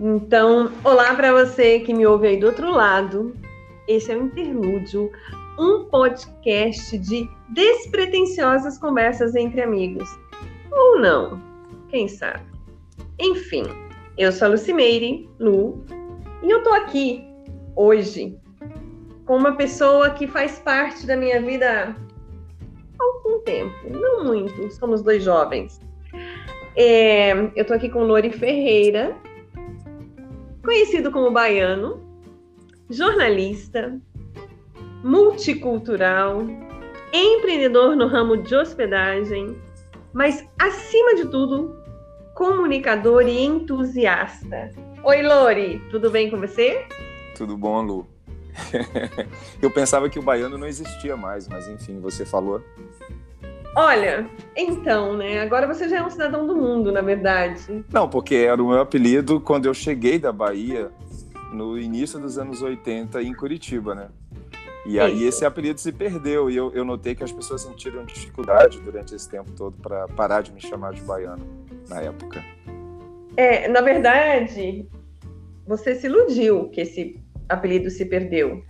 Então, olá para você que me ouve aí do outro lado. Esse é o Interlúdio, um podcast de despretensiosas conversas entre amigos. Ou não, quem sabe? Enfim, eu sou a Lucimeire, Lu, e eu tô aqui hoje com uma pessoa que faz parte da minha vida há algum tempo, não muito, somos dois jovens. Eu tô aqui com o Lori Ferreira, conhecido como baiano, jornalista, multicultural, empreendedor no ramo de hospedagem, mas, acima de tudo, comunicador e entusiasta. Oi, Lori, tudo bem com você? Tudo bom, Lu? Eu pensava que o baiano não existia mais, mas enfim, você falou. Olha, então, né? Agora você já é um cidadão do mundo, na verdade. Não, porque era o meu apelido quando eu cheguei da Bahia, no início dos anos 80, em Curitiba, né? E aí esse apelido se perdeu, e eu notei que as pessoas sentiram dificuldade durante esse tempo todo para parar de me chamar de baiano, na época. Na verdade, você se iludiu que esse apelido se perdeu.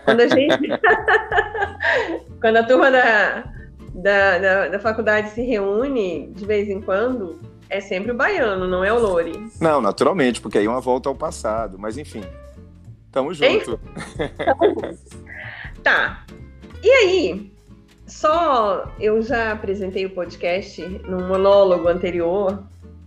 Quando a turma da faculdade se reúne, de vez em quando, é sempre o baiano, não é o Lori. Não, naturalmente, porque aí é uma volta ao passado, mas enfim, tamo junto. Tá, e aí, eu já apresentei o podcast num monólogo anterior,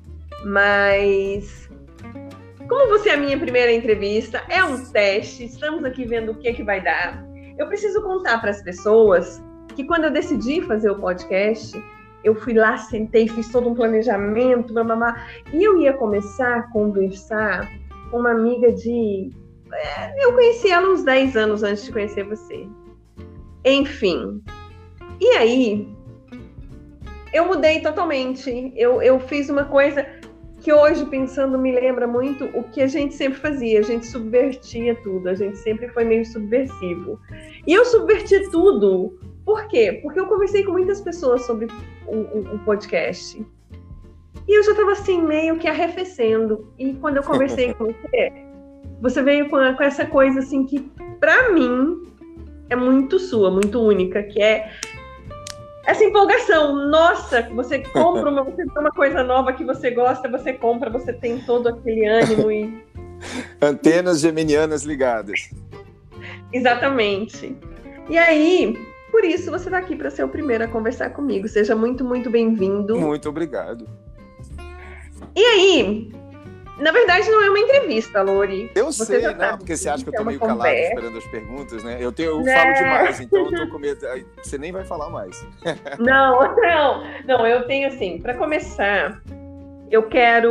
mas como você é a minha primeira entrevista, é um teste, estamos aqui vendo o que vai dar. Eu preciso contar para as pessoas que quando eu decidi fazer o podcast, eu fui lá, sentei, fiz todo um planejamento, e eu ia começar a conversar com uma amiga eu conheci ela uns 10 anos antes de conhecer você. Enfim. E aí, eu mudei totalmente. Eu fiz uma coisa que hoje, pensando, me lembra muito o que a gente sempre fazia. A gente subvertia tudo. A gente sempre foi meio subversivo. E eu subverti tudo. Por quê? Porque eu conversei com muitas pessoas sobre o podcast. E eu já estava assim, meio que arrefecendo. E quando eu conversei com você veio com essa coisa assim que, pra mim, é muito sua, muito única, que é essa empolgação. Nossa, você compra você tem uma coisa nova que você gosta, você compra, você tem todo aquele ânimo e... Antenas geminianas ligadas. Exatamente. E aí, por isso, você está aqui para ser o primeiro a conversar comigo. Seja muito, muito bem-vindo. Muito obrigado. E aí, na verdade, não é uma entrevista, Lori. Eu sei, não, porque você acha que eu tô meio calado esperando as perguntas, né? Eu falo demais, então eu tô com medo. Você nem vai falar mais. Não, eu tenho assim, para começar, eu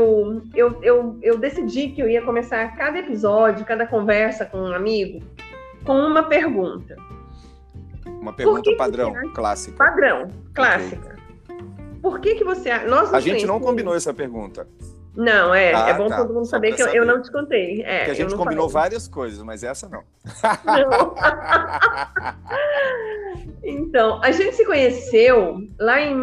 decidi que eu ia começar cada episódio, cada conversa com um amigo, com uma pergunta. Uma pergunta padrão, clássica. Padrão, clássica. Okay. Por que você... A gente não combinou essa pergunta. Não, é bom todo mundo saber que eu não te contei. Porque a gente combinou várias coisas, mas essa não. Não. Então, a gente se conheceu lá em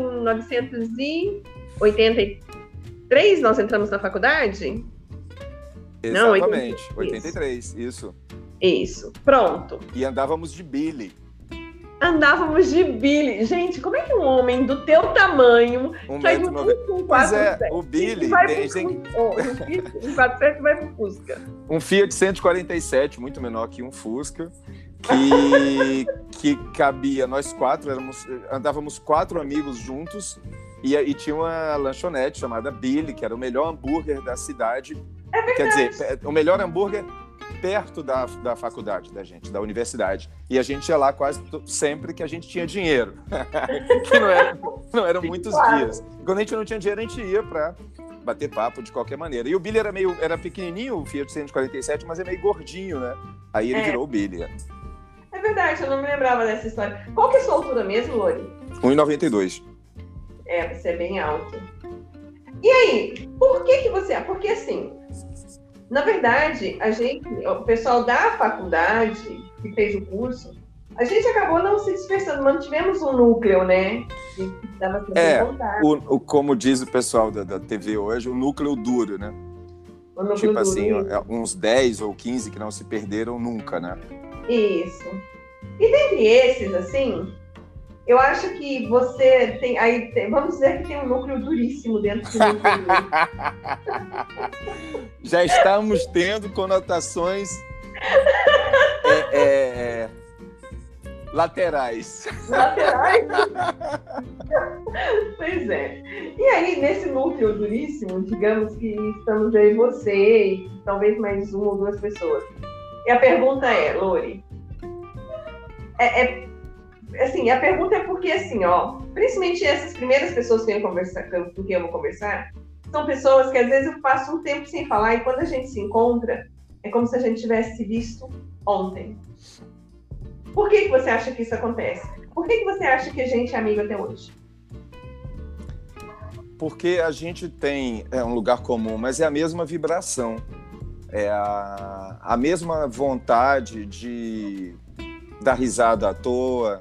1983, nós entramos na faculdade? Exatamente, não, 83, isso. Isso, pronto. E andávamos de Billy. Gente, como é que um homem do teu tamanho sai do Fusca um 400? O Billy tem... Um 400 vai pro Fusca. Um Fiat 147, muito menor que um Fusca, que cabia nós quatro, andávamos 4 amigos juntos, e tinha uma lanchonete chamada Billy, que era o melhor hambúrguer da cidade. É verdade. Quer dizer, o melhor hambúrguer perto da faculdade da gente, da universidade. E a gente ia lá quase sempre que a gente tinha dinheiro. Que não eram muitos dias. Quando a gente não tinha dinheiro, a gente ia para bater papo de qualquer maneira. E o Billy era pequenininho, o Fiat 147, mas é meio gordinho, né? Aí ele virou o Billy. É verdade, eu não me lembrava dessa história. Qual que é a sua altura mesmo, Lori? 1,92. Você é bem alto. E aí, por que você... Porque assim... Na verdade, o pessoal da faculdade que fez o curso, a gente acabou não se dispersando, mantivemos um núcleo, né? Que dava sempre contato. Como diz o pessoal da TV hoje, o núcleo duro, né? O núcleo tipo duro, assim, isso. uns 10 ou 15 que não se perderam nunca, né? Isso. E dentre esses, assim, eu acho que você tem. Vamos dizer que tem um núcleo duríssimo dentro do núcleo duro. Já estamos tendo conotações laterais. Laterais? Pois é. E aí, nesse núcleo duríssimo, digamos que estamos eu e você, e talvez mais uma ou duas pessoas. E a pergunta é, Lori, assim, a pergunta é porque, assim, ó, principalmente essas primeiras pessoas com quem eu vou conversar, são pessoas que às vezes eu passo um tempo sem falar e quando a gente se encontra, é como se a gente tivesse visto ontem. Por que você acha que isso acontece? Por que você acha que a gente é amigo até hoje? Porque a gente tem um lugar comum, mas é a mesma vibração. É a mesma vontade de dar risada à toa,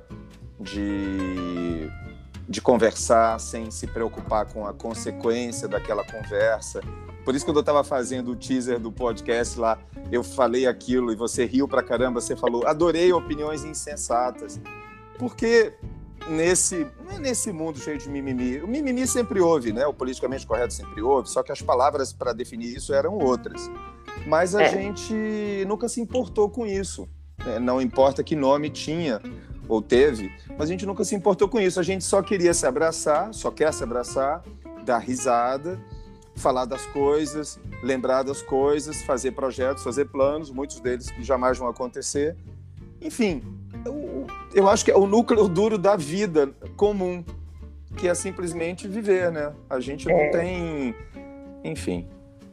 de conversar sem se preocupar com a consequência daquela conversa. Por isso, quando eu estava fazendo o teaser do podcast lá, eu falei aquilo e você riu pra caramba, você falou, adorei opiniões insensatas. Porque não é nesse mundo cheio de mimimi. O mimimi sempre houve, né? O politicamente correto sempre houve, só que as palavras para definir isso eram outras. Mas a gente nunca se importou com isso. Não importa que nome tinha ou teve, mas a gente nunca se importou com isso. A gente só queria se abraçar, só quer se abraçar, dar risada, falar das coisas, lembrar das coisas, fazer projetos, fazer planos, muitos deles que jamais vão acontecer. Enfim, eu acho que é o núcleo duro da vida comum, que é simplesmente viver, né? A gente não tem... Enfim.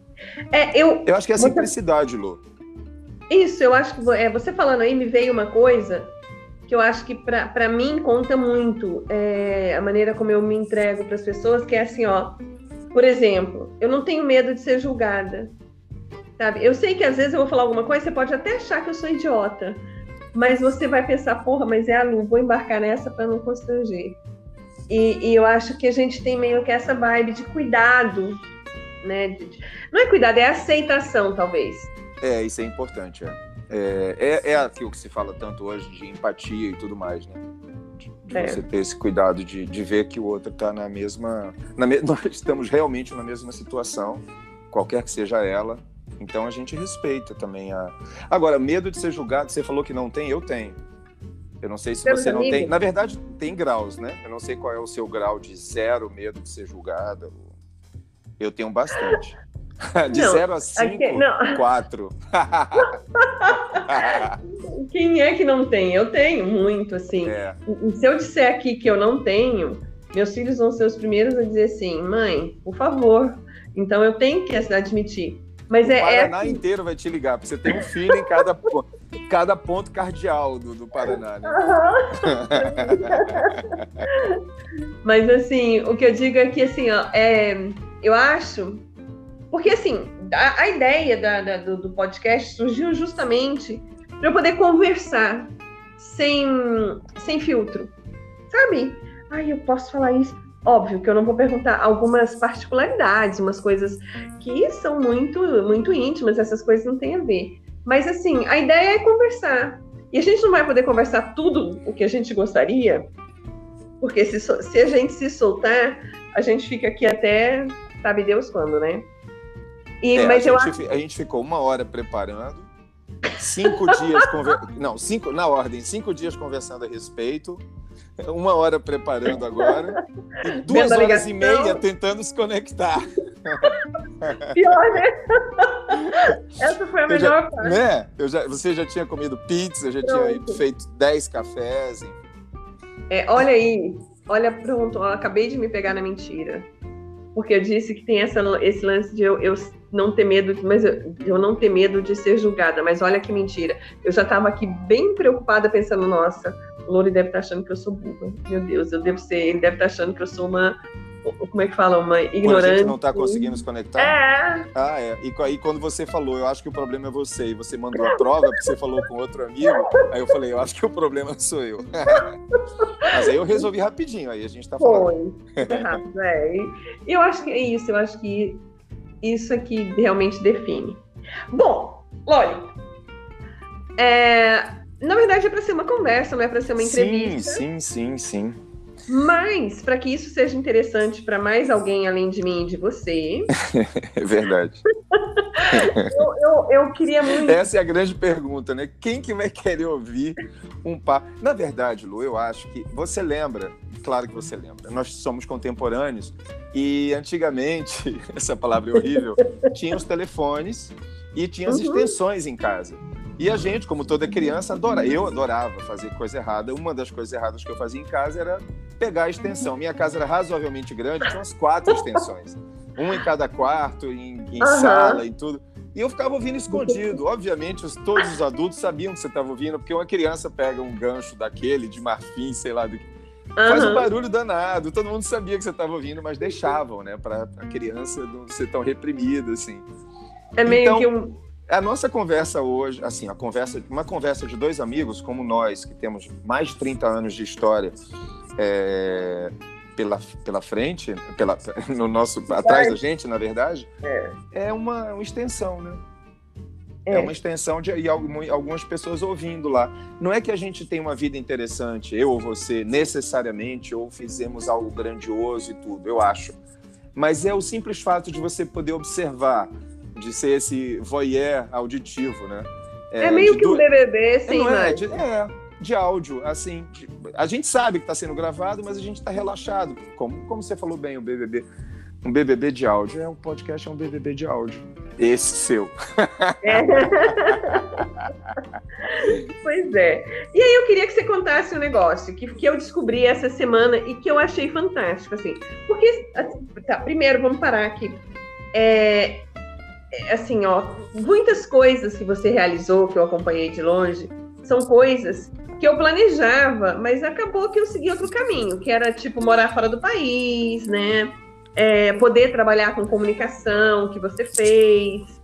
Eu acho que é a simplicidade, Lu. Isso, eu acho que você falando aí me veio uma coisa que eu acho que para mim conta muito a maneira como eu me entrego para as pessoas, que é assim, ó, por exemplo, eu não tenho medo de ser julgada, sabe? Eu sei que às vezes eu vou falar alguma coisa, você pode até achar que eu sou idiota, mas você vai pensar, porra, mas é a Lu, vou embarcar nessa para não constranger. E eu acho que a gente tem meio que essa vibe de cuidado, né? Não é cuidado, é aceitação, talvez. Isso é importante, é aquilo que se fala tanto hoje de empatia e tudo mais, né? De você ter esse cuidado de ver que o outro está na mesma... Nós estamos realmente na mesma situação, qualquer que seja ela, então a gente respeita também Agora, medo de ser julgado, você falou que não tem, eu tenho. Eu não sei se você não tem... Na verdade, tem graus, né? Eu não sei qual é o seu grau de 0 medo de ser julgada. Eu tenho bastante. De 0 a 5, 4. Quem é que não tem? Eu tenho muito, assim. E se eu disser aqui que eu não tenho, meus filhos vão ser os primeiros a dizer assim, mãe, por favor. Então eu tenho que admitir. Mas o Paraná inteiro vai te ligar, porque você tem um filho em cada ponto cardeal do Paraná, né? Mas assim, o que eu digo é que assim, ó, eu acho... Porque, assim, a ideia do podcast surgiu justamente para eu poder conversar sem filtro, sabe? Eu posso falar isso. Óbvio que eu não vou perguntar algumas particularidades, umas coisas que são muito, muito íntimas, essas coisas não têm a ver. Mas, assim, a ideia é conversar. E a gente não vai poder conversar tudo o que a gente gostaria, porque se a gente se soltar, a gente fica aqui até sabe Deus quando, né? Mas a gente ficou 1 hora preparando, 5 dias não, 5 dias conversando a respeito, 1 hora preparando agora e 2 horas e meia tentando se conectar. Pior, né? Essa foi a melhor parte. Né? Você já tinha comido pizza, já tinha feito 10 cafés. Olha aí, pronto, eu acabei de me pegar na mentira. Porque eu disse que tem esse lance de eu não ter medo, mas eu não ter medo de ser julgada. Mas olha que mentira. Eu já estava aqui bem preocupada, pensando, nossa, o Lori deve estar achando que eu sou burra. Meu Deus, ele deve estar achando que eu sou uma... Como é que fala? Uma ignorante. Quando a gente não está conseguindo se conectar? E aí quando você falou, eu acho que o problema é você, e você mandou a prova porque você falou com outro amigo, aí eu falei, eu acho que o problema sou eu. Mas aí eu resolvi rapidinho, aí a gente está falando. Foi rápido, E eu acho que é isso, eu acho que isso é que realmente define. Bom, Loli, na verdade é para ser uma conversa, não é para ser uma entrevista. Sim. Mas, para que isso seja interessante para mais alguém além de mim e de você... É verdade. eu queria muito... Essa é a grande pergunta, né? Quem que vai querer ouvir um papo? Na verdade, Lu, eu acho que você lembra, claro que você lembra, nós somos contemporâneos e antigamente, essa palavra é horrível, tinha os telefones e tinha as extensões em casa. E a gente, como toda criança, eu adorava fazer coisa errada. Uma das coisas erradas que eu fazia em casa era pegar a extensão. Minha casa era razoavelmente grande, tinha umas 4 extensões. Uma em cada quarto, em sala, em tudo. E eu ficava ouvindo escondido. Obviamente, todos os adultos sabiam que você estava ouvindo, porque uma criança pega um gancho daquele, de marfim, sei lá, faz um barulho danado. Todo mundo sabia que você estava ouvindo, mas deixavam, né? Para a criança não ser tão reprimida, assim. É meio então, que um... A nossa conversa hoje, assim, uma conversa de 2 amigos como nós, que temos mais de 30 anos de história pela frente, atrás da gente, na verdade, é uma extensão, né? É uma extensão e algumas pessoas ouvindo lá. Não é que a gente tem uma vida interessante, eu ou você, necessariamente, ou fizemos algo grandioso e tudo, eu acho. Mas é o simples fato de você poder observar, de ser esse voyeur auditivo, né? É meio que um BBB, sim, né? De áudio, assim. A gente sabe que está sendo gravado, mas a gente está relaxado. Como você falou bem, o BBB. Um BBB de áudio. O podcast é um BBB de áudio. Esse seu. Pois é. E aí eu queria que você contasse um negócio que eu descobri essa semana e que eu achei fantástico, assim. Porque, primeiro, vamos parar aqui. Assim, muitas coisas que você realizou, que eu acompanhei de longe, são coisas que eu planejava, mas acabou que eu segui outro caminho, que era, tipo, morar fora do país, né? Poder trabalhar com comunicação, que você fez.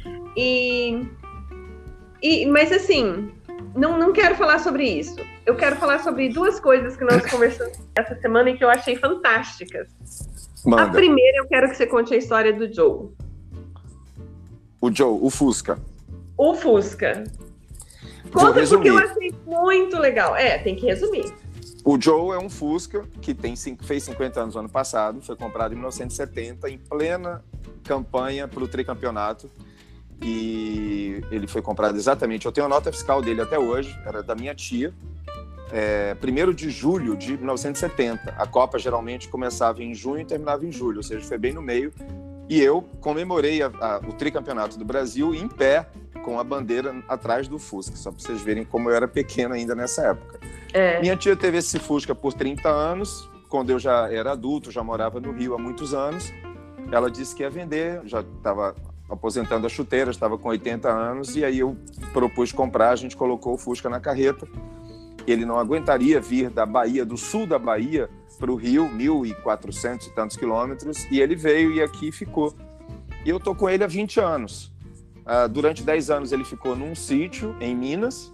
Mas, assim, não quero falar sobre isso. Eu quero falar sobre 2 coisas que nós conversamos essa semana e que eu achei fantásticas. Manda. A primeira, eu quero que você conte a história do Joe. O Joe, o Fusca. O Fusca. Conta porque eu achei muito legal. Tem que resumir. O Joe é um Fusca que fez 50 anos no ano passado, foi comprado em 1970, em plena campanha para o tricampeonato. E ele foi comprado exatamente, eu tenho a nota fiscal dele até hoje, era da minha tia, 1º de julho de 1970. A Copa geralmente começava em junho e terminava em julho, ou seja, foi bem no meio. E eu comemorei o tricampeonato do Brasil em pé, com a bandeira atrás do Fusca, só para vocês verem como eu era pequeno ainda nessa época. Minha tia teve esse Fusca por 30 anos, quando eu já era adulto, já morava no Rio há muitos anos. Ela disse que ia vender, já estava aposentando as chuteiras, estava com 80 anos, e aí eu propus comprar, a gente colocou o Fusca na carreta. Ele não aguentaria vir da Bahia, do sul da Bahia, para o Rio, 1.400 e tantos quilômetros, e ele veio e aqui ficou. E eu tô com ele há 20 anos. Durante 10 anos ele ficou num sítio em Minas,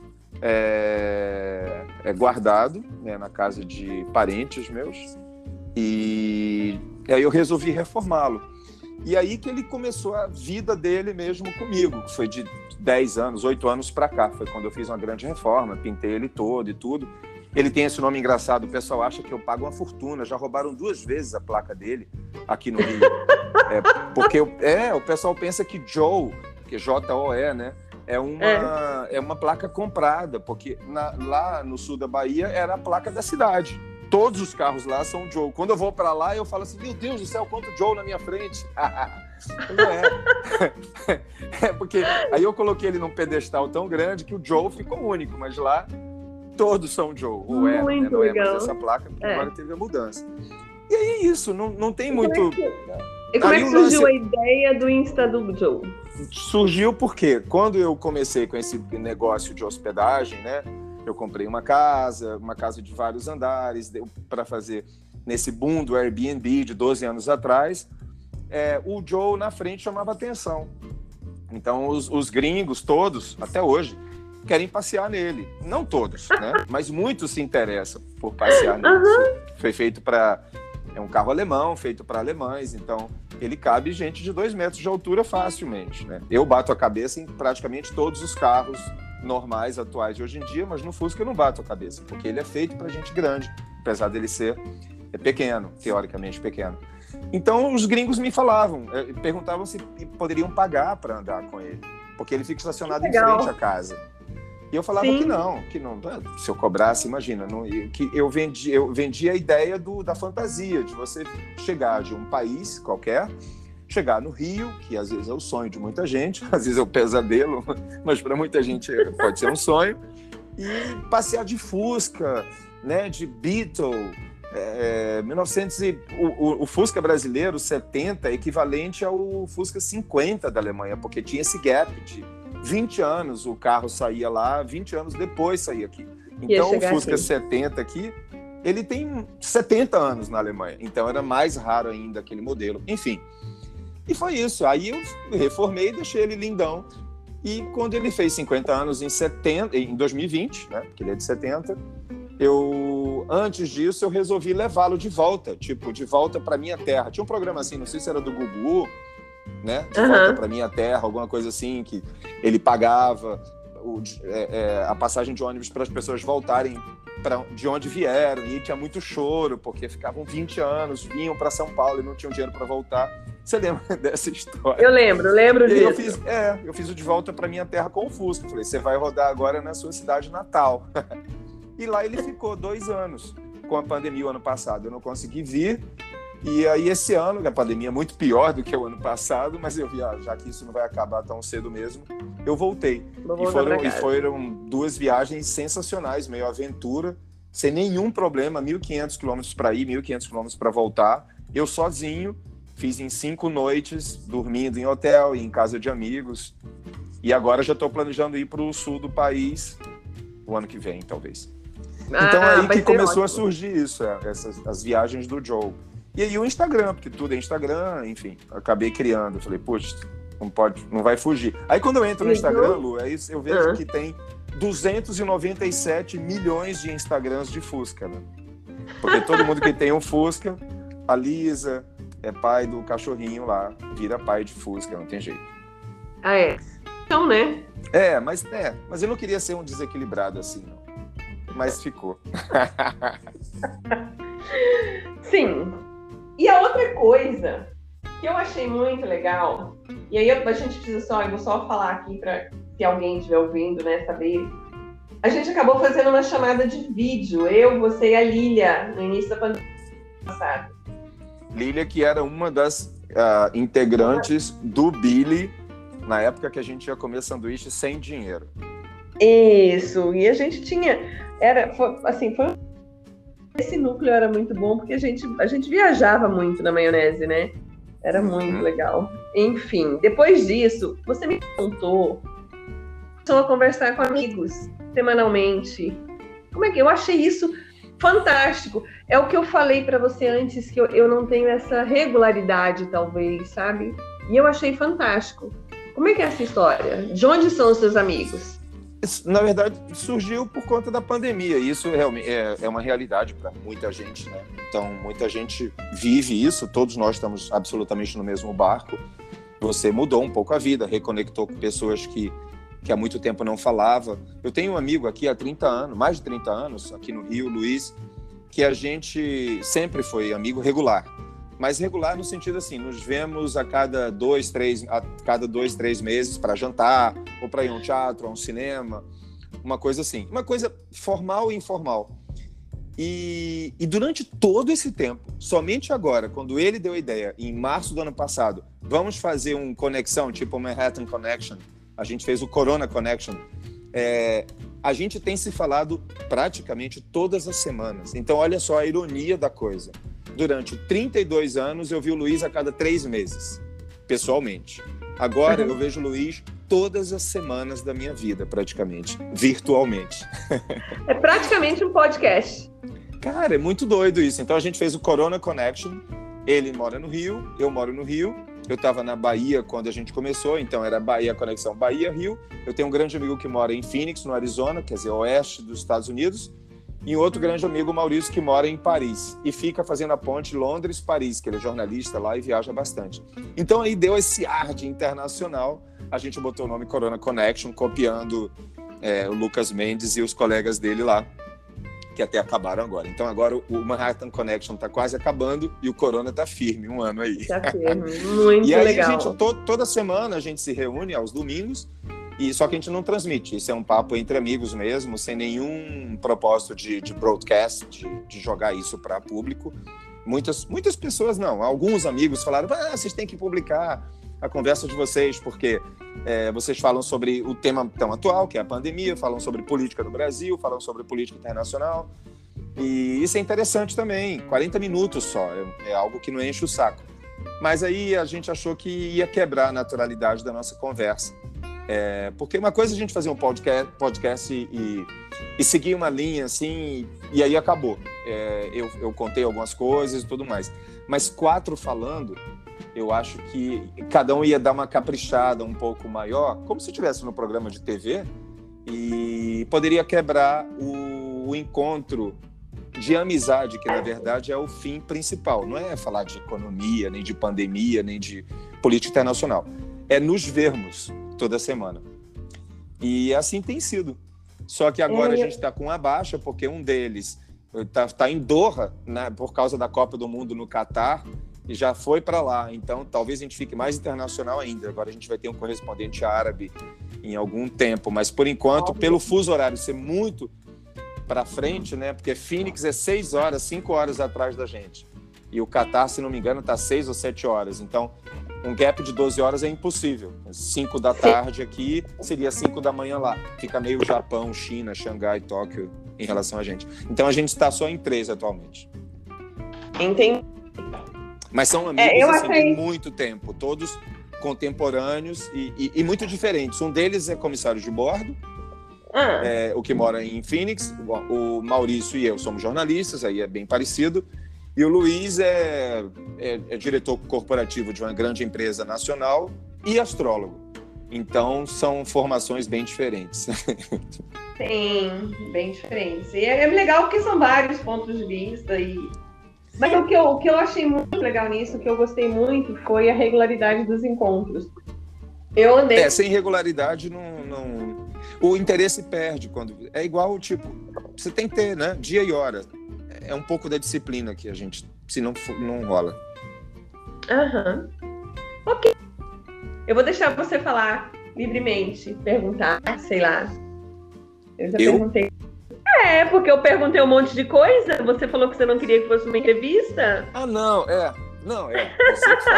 guardado, né, na casa de parentes meus, e aí eu resolvi reformá-lo. E aí que ele começou a vida dele mesmo comigo, foi de 10 anos, 8 anos para cá, foi quando eu fiz uma grande reforma, pintei ele todo e tudo. Ele tem esse nome engraçado, o pessoal acha que eu pago uma fortuna, já roubaram 2 vezes a placa dele aqui no Rio. Porque o pessoal pensa que Joe, que J-O-E, né, é uma placa comprada, porque lá no sul da Bahia era a placa da cidade. Todos os carros lá são Joe. Quando eu vou para lá, eu falo assim, meu Deus do céu, quanto Joe na minha frente. Não porque aí eu coloquei ele num pedestal tão grande que o Joe ficou único, mas lá todos são Joe. Ou né? Não legal. Mais essa placa, porque agora teve a mudança. E aí é isso, não tem muito... E como é que surgiu a ideia do Insta do Joe? Surgiu porque quando eu comecei com esse negócio de hospedagem, né? Eu comprei uma casa de vários andares, para fazer nesse boom do Airbnb de 12 anos atrás. O Joe na frente chamava atenção. Então os gringos todos, até hoje, querem passear nele. Não todos, né? Mas muitos se interessam por passear nele. Foi feito para... É um carro alemão, feito para alemães, então ele cabe gente de 2 metros de altura facilmente, né? Eu bato a cabeça em praticamente todos os carros normais, atuais de hoje em dia, mas no Fusca eu não bato a cabeça, porque ele é feito para gente grande, apesar dele ser pequeno, teoricamente pequeno. Então os gringos me falavam, perguntavam se poderiam pagar para andar com ele, porque ele fica estacionado em frente à casa. E eu falava que não, se eu cobrasse, imagina, que eu vendia a ideia da fantasia, de você chegar de um país qualquer, chegar no Rio, que às vezes é o sonho de muita gente, às vezes é o pesadelo, mas para muita gente pode ser um sonho, e passear de Fusca, né, de Beetle, 1900 o Fusca brasileiro 70 é equivalente ao Fusca 50 da Alemanha, porque tinha esse gap de 20 anos, o carro saía lá, 20 anos depois saía aqui. Então o Fusca 70 aqui, ele tem 70 anos na Alemanha, então era mais raro ainda aquele modelo. Enfim, e foi isso. Aí eu reformei e deixei ele lindão. E quando ele fez 50 anos em 2020, né, porque ele é de 70, antes disso, eu resolvi levá-lo de volta para minha terra. Tinha um programa assim, não sei se era do Gugu, né? De volta para minha terra, alguma coisa assim, que ele pagava a passagem de ônibus para as pessoas voltarem de onde vieram, e tinha muito choro, porque ficavam 20 anos, vinham para São Paulo e não tinham dinheiro para voltar. Você lembra dessa história? Eu lembro disso. Eu fiz o de volta para minha terra com o Fusca. Falei, você vai rodar agora na sua cidade natal. E lá ele ficou 2 anos. Com a pandemia o ano passado eu não consegui vir. E aí esse ano, a pandemia é muito pior do que o ano passado, mas eu vi, já que isso não vai acabar tão cedo mesmo, eu voltei. E foram 2 viagens sensacionais, meio aventura, sem nenhum problema, 1.500 quilômetros para ir, 1.500 quilômetros para voltar. Eu sozinho, fiz em 5 noites, dormindo em hotel e em casa de amigos. E agora já estou planejando ir para o sul do país o ano que vem, talvez. Então é aí que começou a surgir isso, as viagens do Joe. E aí o Instagram, porque tudo é Instagram, enfim, acabei criando. Falei, poxa, não vai fugir. Aí quando eu entro no Instagram, Lu, aí eu vejo que tem 297 milhões de Instagrams de Fusca, né? Porque todo mundo que tem um Fusca, a Lisa é pai do cachorrinho lá, vira pai de Fusca, não tem jeito. Ah, é? Então, né? Mas eu não queria ser um desequilibrado assim, não. Mas ficou. Sim. E a outra coisa que eu achei muito legal, e aí a gente precisa eu vou só falar aqui para se alguém estiver ouvindo, né, saber. A gente acabou fazendo uma chamada de vídeo, eu, você e a Lília, no início da pandemia passada. Lília, que era uma das integrantes do Billy, na época que a gente ia comer sanduíche sem dinheiro. Isso, e a gente tinha, esse núcleo era muito bom, porque a gente viajava muito na maionese, né? Era muito legal. Enfim, depois disso, você me contou, começou a conversar com amigos semanalmente. Como é que eu achei isso fantástico? É o que eu falei para você antes, que eu não tenho essa regularidade, talvez, sabe? E eu achei fantástico. Como é que é essa história? De onde são os seus amigos? Na verdade, surgiu por conta da pandemia. Isso realmente é uma realidade para muita gente, né? Então, muita gente vive isso. Todos nós estamos absolutamente no mesmo barco. Você mudou um pouco a vida, reconectou com pessoas que há muito tempo não falava. Eu tenho um amigo aqui há 30 anos, mais de 30 anos, aqui no Rio, Luiz, que a gente sempre foi amigo regular. Mas regular no sentido assim, nos vemos a cada 2, 3 meses para jantar, ou para ir a um teatro, a um cinema, uma coisa assim. Uma coisa formal e informal. E durante todo esse tempo, somente agora, quando ele deu a ideia, em março do ano passado, vamos fazer uma conexão, tipo o Manhattan Connection, a gente fez o Corona Connection, a gente tem se falado praticamente todas as semanas. Então, olha só a ironia da coisa. Durante 32 anos, eu vi o Luiz a cada 3 meses, pessoalmente. Agora, eu vejo o Luiz todas as semanas da minha vida, praticamente, virtualmente. É praticamente um podcast. Cara, é muito doido isso. Então, a gente fez o Corona Connection. Ele mora no Rio, eu moro no Rio. Eu estava na Bahia quando a gente começou, então era Bahia Conexão Bahia-Rio. Eu tenho um grande amigo que mora em Phoenix, no Arizona, quer dizer, oeste dos Estados Unidos. e outro grande amigo, o Maurício, que mora em Paris e fica fazendo a ponte Londres-Paris, que ele é jornalista lá e viaja bastante. Então aí deu esse ar de internacional, a gente botou o nome Corona Connection, copiando o Lucas Mendes e os colegas dele lá, que até acabaram agora. Então agora o Manhattan Connection está quase acabando e o Corona está firme, um ano aí. Está firme, muito e aí, legal. A gente, toda semana a gente se reúne aos domingos, e só que a gente não transmite. Isso é um papo entre amigos mesmo, sem nenhum propósito de broadcast, de jogar isso para público. Muitas pessoas não. Alguns amigos falaram, vocês têm que publicar a conversa de vocês, porque vocês falam sobre o tema tão atual, que é a pandemia, falam sobre política no Brasil, falam sobre política internacional. E isso é interessante também, 40 minutos só, é algo que não enche o saco. Mas aí a gente achou que ia quebrar a naturalidade da nossa conversa. Porque uma coisa é a gente fazer um podcast e seguir uma linha assim, e aí acabou. Eu contei algumas coisas e tudo mais. Mas 4 falando, eu acho que cada um ia dar uma caprichada um pouco maior, como se estivesse no programa de TV, e poderia quebrar o encontro de amizade, que na verdade é o fim principal. Não é falar de economia, nem de pandemia, nem de política internacional. É nos vermos toda semana. E assim tem sido. Só que agora a gente está com uma baixa, porque um deles está em Doha, né, por causa da Copa do Mundo no Catar, e já foi para lá. Então, talvez a gente fique mais internacional ainda. Agora a gente vai ter um correspondente árabe em algum tempo. Mas, por enquanto, pelo fuso horário ser muito para frente, né? Porque Phoenix é 6 horas, 5 horas atrás da gente. E o Catar, se não me engano, está 6 ou 7 horas. Então, um gap de 12 horas é impossível. 5 da tarde aqui seria 5 da manhã lá. Fica meio Japão, China, Xangai, Tóquio em relação a gente. Então, a gente está só em 3 atualmente. Entendi. Mas são amigos assim, de muito tempo, todos contemporâneos e muito diferentes. Um deles é comissário de bordo, o que mora em Phoenix. O Maurício e eu somos jornalistas, aí é bem parecido. E o Luiz é diretor corporativo de uma grande empresa nacional e astrólogo. Então, são formações bem diferentes. Sim, bem diferentes. E é legal porque são vários pontos de vista e... Mas o que eu achei muito legal nisso, o que eu gostei muito, foi a regularidade dos encontros. Eu andei... sem regularidade, não... o interesse perde. Quando é igual, tipo, você tem que ter, né, dia e hora. É um pouco da disciplina que a gente, se não rola. Aham. Ok. Eu vou deixar você falar livremente, perguntar, sei lá. Eu já perguntei... porque eu perguntei um monte de coisa. Você falou que você não queria que fosse uma entrevista. Não, você que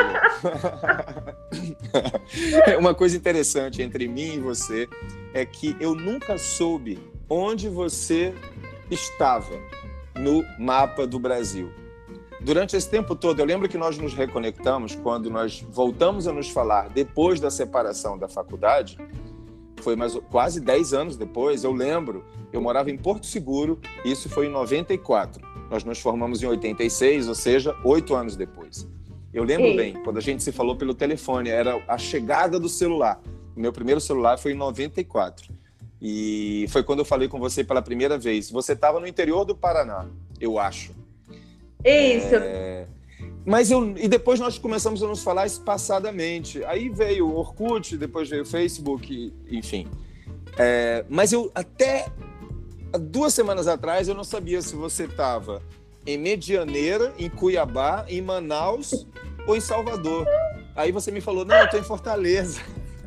falou. Uma coisa interessante entre mim e você é que eu nunca soube onde você estava no mapa do Brasil. Durante esse tempo todo, eu lembro que nós nos reconectamos quando nós voltamos a nos falar depois da separação da faculdade. Foi quase 10 anos depois, eu lembro, eu morava em Porto Seguro, e isso foi em 94. Nós nos formamos em 86, ou seja, 8 anos depois. Eu lembro bem, quando a gente se falou pelo telefone, era a chegada do celular. O meu primeiro celular foi em 94. E foi quando eu falei com você pela primeira vez. Você estava no interior do Paraná, eu acho. Isso. E depois nós começamos a nos falar espaçadamente. Aí veio o Orkut, depois veio o Facebook, enfim. Mas eu até 2 semanas atrás eu não sabia se você estava em Medianeira, em Cuiabá, em Manaus ou em Salvador. Aí você me falou, não, eu estou em Fortaleza.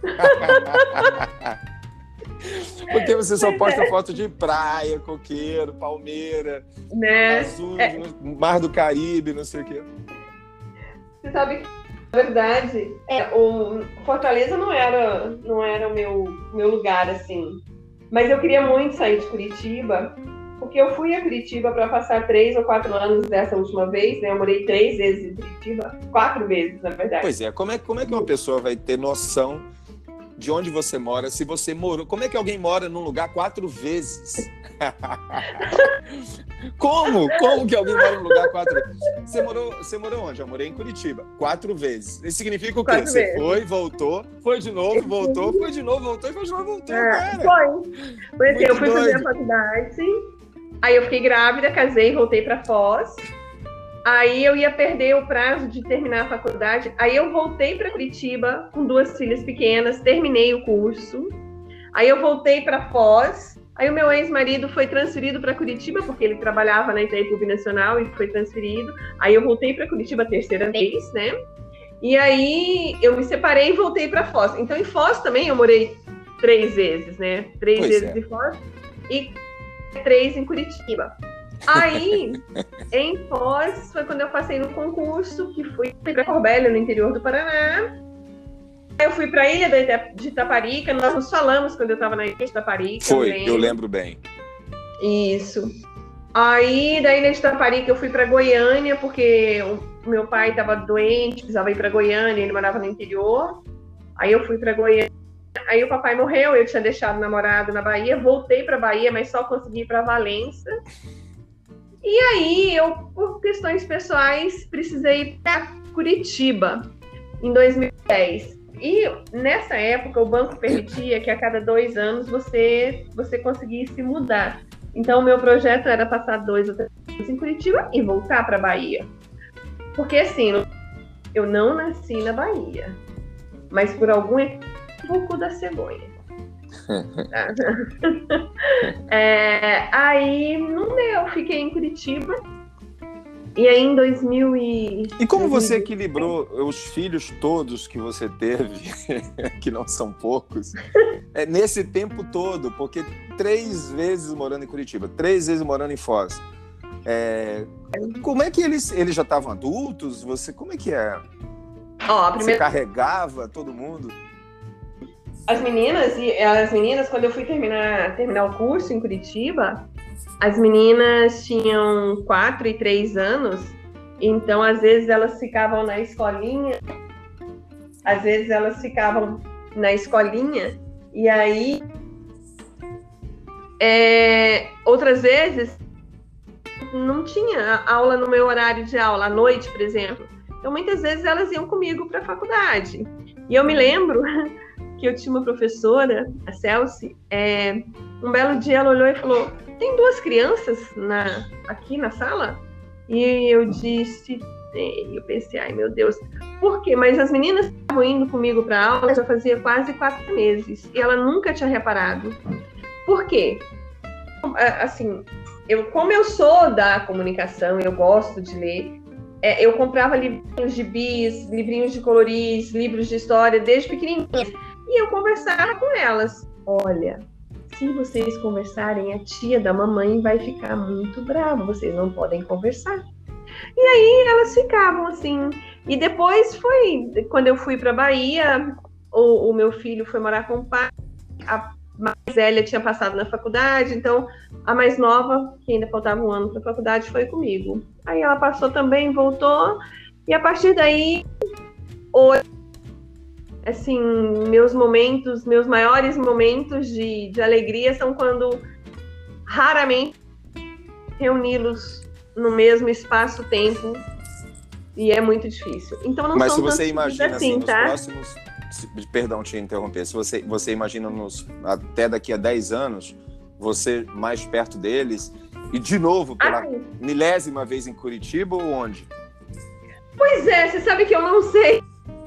Porque você só posta foto de praia, coqueiro, palmeira, né? Azul, Mar do Caribe, não sei o quê. Você sabe que, na verdade, o Fortaleza não era o meu lugar, assim. Mas eu queria muito sair de Curitiba, porque eu fui a Curitiba para passar 3 ou 4 anos dessa última vez, né? Eu morei 3 vezes em Curitiba, 4 vezes, na verdade. Pois é, como é que uma pessoa vai ter noção de onde você mora, se você morou... Como é que alguém mora num lugar 4 vezes? Como que alguém mora num lugar 4 vezes? Você morou onde? Eu morei em Curitiba, 4 vezes. Isso significa o quê? Você foi, voltou, foi de novo, voltou, foi de novo, voltou e foi de novo, voltou, cara. Foi assim, eu fui fazer a faculdade Aí eu fiquei grávida, casei, voltei para Foz. Aí eu ia perder o prazo de terminar a faculdade. Aí eu voltei para Curitiba com 2 filhas pequenas, terminei o curso. Aí eu voltei para Foz. Aí o meu ex-marido foi transferido para Curitiba, porque ele trabalhava na Itaipu Binacional e foi transferido. Aí eu voltei para Curitiba a 3ª vez, né? E aí eu me separei e voltei para Foz. Então em Foz também eu morei 3 vezes, né? 3 vezes em Foz e 3 em Curitiba. Aí, em Foz, foi quando eu passei no concurso, que fui para Corbélia, no interior do Paraná. Eu fui para a ilha de Itaparica, nós nos falamos quando eu estava na ilha de Itaparica. Eu lembro bem. Isso. Aí, da ilha de Itaparica, eu fui para Goiânia, porque o meu pai estava doente, precisava ir para Goiânia, ele morava no interior. Aí eu fui para Goiânia. Aí o papai morreu, eu tinha deixado o namorado na Bahia, voltei para Bahia, mas só consegui ir para Valença. E aí, eu, por questões pessoais, precisei ir para Curitiba, em 2010. E nessa época, o banco permitia que a cada 2 anos você conseguisse mudar. Então, o meu projeto era passar 2 ou 3 anos em Curitiba e voltar para a Bahia. Porque, assim, eu não nasci na Bahia, mas por algum equívoco da cegonha. Aí não deu, fiquei em Curitiba. E aí em 2000 E como você equilibrou os filhos todos que você teve, que não são poucos, nesse tempo todo? Porque 3 vezes morando em Curitiba, 3 vezes morando em Foz. Como é que eles já estavam adultos? Como é que é? Você carregava todo mundo? As meninas, quando eu fui terminar o curso em Curitiba, as meninas tinham 4 e 3 anos, então às vezes elas ficavam na escolinha, e aí outras vezes não tinha aula no meu horário de aula, à noite, por exemplo. Então muitas vezes elas iam comigo para a faculdade. E eu me lembro que eu tinha uma professora, a Celci, um belo dia ela olhou e falou: tem 2 crianças aqui na sala? E eu disse: tem. Eu pensei: ai meu Deus, por quê? Mas as meninas estavam indo comigo para aula já fazia quase 4 meses e ela nunca tinha reparado. Por quê? Assim, como eu sou da comunicação, eu gosto de ler, eu comprava livrinhos de bis, livrinhos de colorir, livros de história desde pequenininha. E eu conversava com elas. Olha, se vocês conversarem, a tia da mamãe vai ficar muito brava. Vocês não podem conversar. E aí elas ficavam assim. E depois foi, quando eu fui para Bahia, o meu filho foi morar com o pai. A mais velha tinha passado na faculdade, então a mais nova, que ainda faltava 1 ano para a faculdade, foi comigo. Aí ela passou também, voltou. E a partir daí, hoje, assim, meus maiores momentos de alegria são quando raramente reuni-los no mesmo espaço-tempo, e é muito difícil. Então não Mas são se você imagina assim, nos tá? próximos... Perdão te interromper. Se você imagina até daqui a 10 anos, você mais perto deles, e de novo, pela milésima vez em Curitiba ou onde? Pois é, você sabe que eu não sei.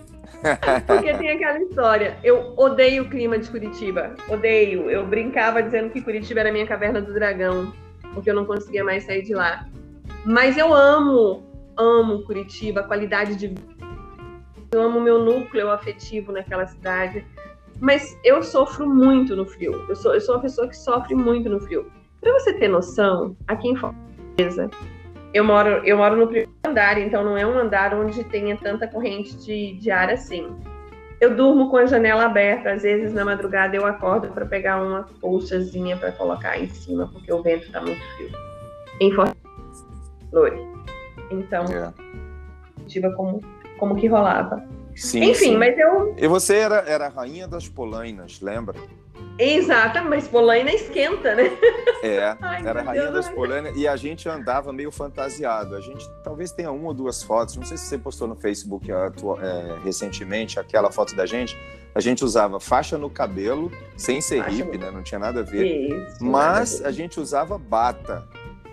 Porque tem aquela história. Eu odeio o clima de Curitiba. Odeio. Eu brincava dizendo que Curitiba era a minha caverna do dragão, porque eu não conseguia mais sair de lá. Mas eu amo Curitiba, a qualidade de vida. Eu amo o meu núcleo afetivo naquela cidade. Mas eu sofro muito no frio. Eu sou uma pessoa que sofre muito no frio. Para você ter noção, aqui em Fortaleza, eu moro no primeiro andar, então não é um andar onde tenha tanta corrente de ar assim. Eu durmo com a janela aberta, às vezes na madrugada eu acordo para pegar uma colchazinha para colocar em cima, porque o vento está muito frio. Em Fortaleza. Então, Curitiba como que rolava. Sim, enfim, sim. Mas eu... E você era a rainha das polainas, lembra? Exato, mas polaina esquenta, né? Era a rainha das polainas e a gente andava meio fantasiado. A gente talvez tenha 1 ou 2 fotos, não sei se você postou no Facebook recentemente aquela foto da gente. A gente usava faixa no cabelo, sem ser hippie, né? Não tinha nada a ver. Isso, mas a gente usava bata.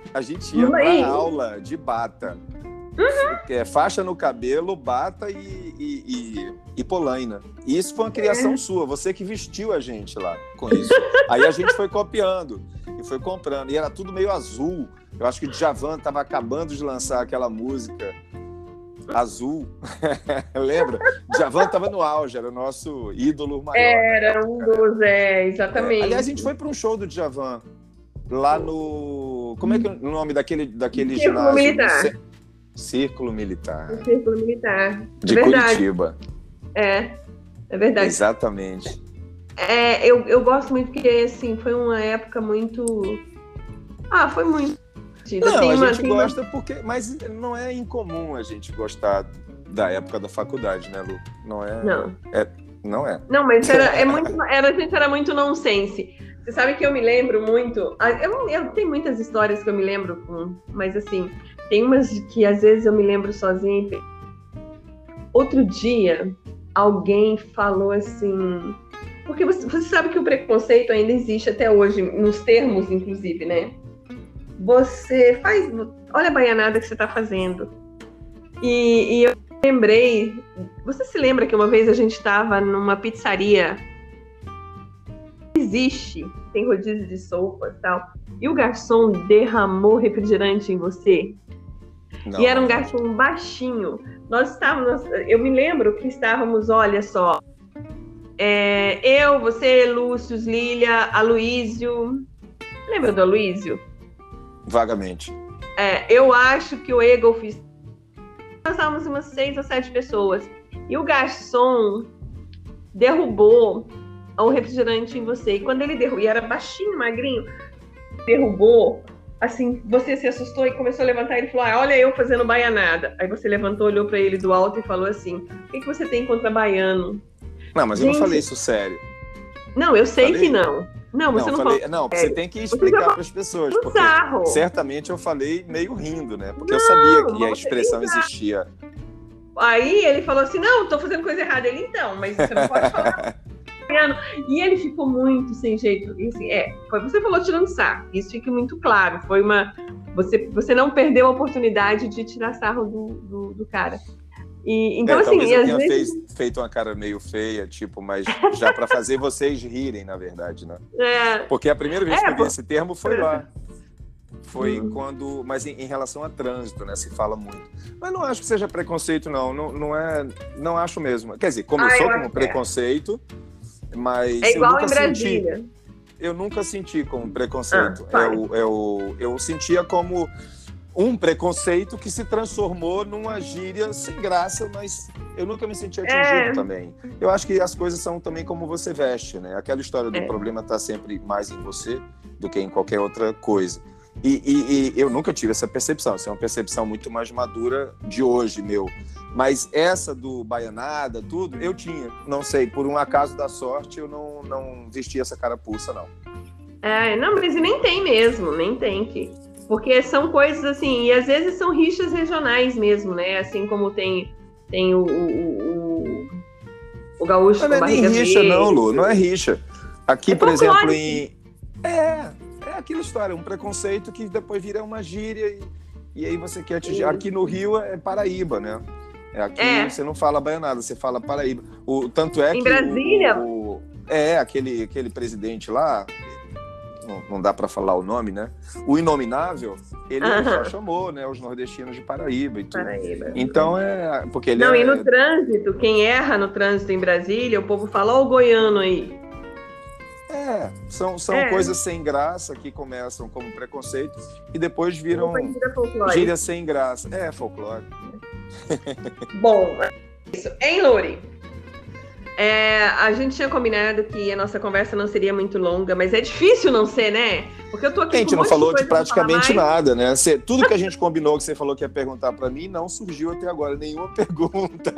A gente ia pra aula de bata. Faixa no cabelo, bata e polaina. E isso foi uma criação sua, você que vestiu a gente lá com isso. Aí a gente foi copiando e foi comprando. E era tudo meio azul. Eu acho que o Djavan estava acabando de lançar aquela música Azul. Lembra? Djavan estava no auge, era o nosso ídolo maior. Era um dos, exatamente. Aliás, a gente foi para um show do Djavan lá no... Como é que é o nome daquele Círculo ginásio? Militar. Círculo Militar. O Círculo Militar. De Curitiba. É verdade. Exatamente. Eu gosto muito porque, assim, foi uma época muito... foi muito... Não, a gente gosta porque... Mas não é incomum a gente gostar da época da faculdade, né, Lu? Não é... Não é. Não, mas a gente era muito nonsense. Você sabe que eu me lembro muito... Eu tenho muitas histórias que eu me lembro, mas, assim... Tem umas que às vezes eu me lembro sozinha. Outro dia, alguém falou assim... Porque você sabe que o preconceito ainda existe até hoje, nos termos, inclusive, né? Você faz... Olha a baianada que você está fazendo. E eu lembrei... Você se lembra que uma vez a gente estava numa pizzaria? Existe, tem rodízio de sopas e tal. E o garçom derramou refrigerante em você? Não. E era um garçom baixinho. Eu me lembro que estávamos, olha só, eu, você, Lúcio, Lília, Aloísio. Lembra do Aloísio? Vagamente. Eu acho que o Egolf. Nós estávamos umas 6 ou 7 pessoas. E o garçom derrubou o refrigerante em você. E quando ele derrubou, e era baixinho, magrinho, derrubou. Assim, você se assustou e começou a levantar. Ele falou, olha eu fazendo baianada. Aí você levantou, olhou pra ele do alto e falou assim, o que você tem contra baiano? Não, mas gente, eu não falei isso sério. Não, eu sei que não. Não, você não falou. Não, você tem que explicar para as pessoas. Porque certamente eu falei meio rindo, né? Porque eu sabia que a expressão existia. Aí ele falou assim, não, tô fazendo coisa errada. Ele, então, mas você não pode falar. E ele ficou muito sem jeito. E, assim, você falou tirando sarro. Isso fica muito claro. Foi você não perdeu a oportunidade de tirar sarro do cara. Então, assim, talvez eu tenha feito uma cara meio feia, tipo, mas já para fazer vocês rirem, na verdade, né? Porque a primeira vez que eu vi esse termo foi lá. Foi quando... Mas em relação a trânsito, né? Se fala muito. Mas não acho que seja preconceito, não. Não acho mesmo. Quer dizer, começou como preconceito... Mas é igual em Brasília. Eu nunca senti como preconceito. Eu sentia como um preconceito que se transformou numa gíria sem graça, mas eu nunca me senti atingido também. Eu acho que as coisas são também como você veste, né? Aquela história do problema está sempre mais em você do que em qualquer outra coisa. E eu nunca tive essa percepção. Essa é uma percepção muito mais madura de hoje, meu. Mas essa do baianada, tudo, eu tinha. Não sei, por um acaso da sorte, eu não vesti essa carapuça, não. Não, mas nem tem mesmo, nem tem que... Porque são coisas assim, e às vezes são rixas regionais mesmo, né? Assim como tem o gaúcho com barriga verde. Não é nem rixa, não, Lu, não é rixa. Aqui, por exemplo, É aquela história, um preconceito que depois vira uma gíria e aí você quer atingir. Aqui no Rio é Paraíba, né? Aqui você não fala baianada, você fala Paraíba. Tanto é que... Em Brasília? Aquele presidente lá, não dá para falar o nome, né? O Inominável, ele só chamou, né, os nordestinos de Paraíba e tudo. Então porque ele e no trânsito, quem erra no trânsito em Brasília, o povo fala, ó o goiano aí. São coisas sem graça que começam como preconceito e depois viram gíria sem graça. Folclore. Bom, isso. Hein, Lori? A gente tinha combinado que a nossa conversa não seria muito longa, mas é difícil não ser, né? Porque eu tô aqui a gente não falou de praticamente nada, né? Tudo que a gente combinou que você falou que ia perguntar pra mim não surgiu até agora, nenhuma pergunta.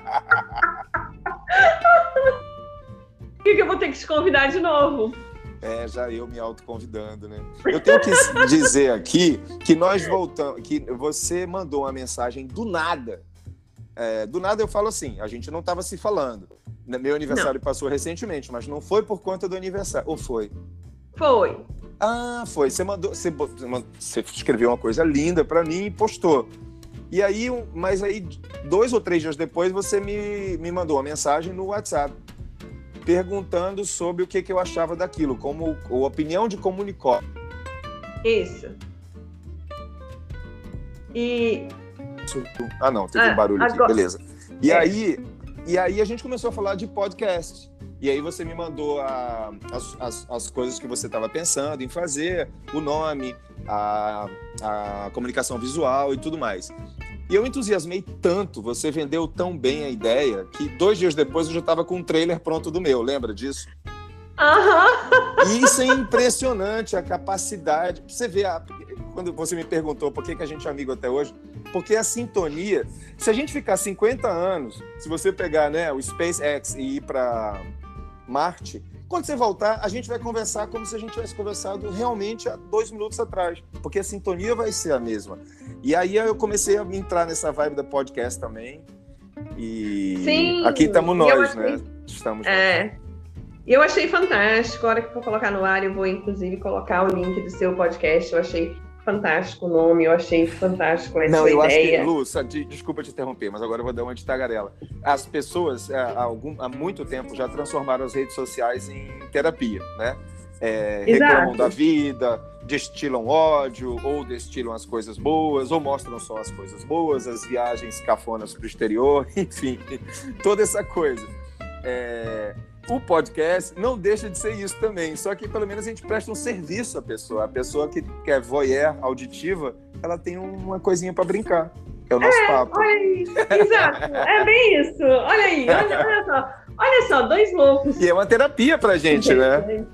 Por que eu vou ter que te convidar de novo? Já eu me autoconvidando, né? Eu tenho que dizer aqui que nós voltamos, que você mandou uma mensagem do nada. Do nada eu falo assim, a gente não estava se falando. Meu aniversário passou recentemente, mas não foi por conta do aniversário. Ou foi? Foi. Ah, foi. Você escreveu uma coisa linda para mim e postou. E aí, mas aí 2 ou 3 dias depois, você me mandou uma mensagem no WhatsApp perguntando sobre o que eu achava daquilo, como a opinião de comunicó. Isso. E... Ah, não, teve um barulho aqui, beleza. E aí a gente começou a falar de podcast. E aí você me mandou as coisas que você estava pensando em fazer, o nome, a comunicação visual e tudo mais. E eu entusiasmei tanto, você vendeu tão bem a ideia, que 2 dias depois eu já estava com um trailer pronto do meu, lembra disso? E isso é impressionante, a capacidade. Você vê, quando você me perguntou por que a gente é amigo até hoje, porque a sintonia, se a gente ficar 50 anos, se você pegar, né, o SpaceX e ir para Marte, quando você voltar, a gente vai conversar como se a gente tivesse conversado realmente há 2 minutos atrás, porque a sintonia vai ser a mesma. E aí eu comecei a entrar nessa vibe da podcast também, e sim, aqui estamos nós, né? Estamos E eu achei fantástico. A hora que for colocar no ar, eu vou inclusive colocar o link do seu podcast. Eu achei fantástico o nome, eu achei fantástico essa Não, eu ideia. Acho que, Lu, desculpa te interromper, mas agora eu vou dar uma de tagarela. As pessoas, há muito tempo, já transformaram as redes sociais em terapia, né? Reclamam da vida, destilam ódio, ou destilam as coisas boas, ou mostram só as coisas boas, as viagens cafonas para o exterior, enfim, toda essa coisa. O podcast não deixa de ser isso também, só que pelo menos a gente presta um serviço à pessoa. A pessoa que é voyeur auditiva, ela tem uma coisinha para brincar, que é o nosso papo. Olha aí, exato, é bem isso. Olha aí, olha só, 2 loucos. E é uma terapia pra gente, né?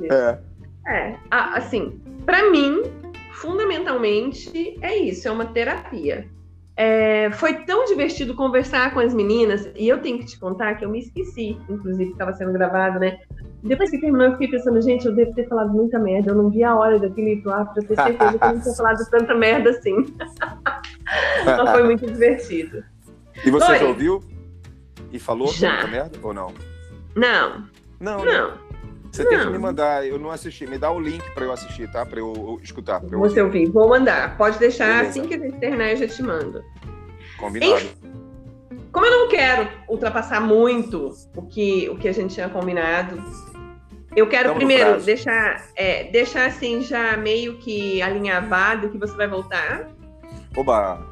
Assim, pra mim, fundamentalmente, é isso, é uma terapia. Foi tão divertido conversar com as meninas, e eu tenho que te contar que eu me esqueci, inclusive, que estava sendo gravado, né? Depois que terminou, eu fiquei pensando, gente, eu devo ter falado muita merda, eu não vi a hora daquilo ir pro ar pra ter certeza que eu não tinha falado tanta merda assim. Então foi muito divertido. E você já ouviu? E falou já. Tanta merda ou não? Não. Você tem que me mandar, eu não assisti. Me dá o link pra eu assistir, tá? Pra eu escutar. Pra eu você ouvir. Vou mandar. Pode deixar. Beleza. Assim que a gente terminar, eu já te mando. Combinado. Enfim, como eu não quero ultrapassar muito o que a gente tinha combinado, eu quero primeiro deixar assim já meio que alinhavado que você vai voltar. Oba!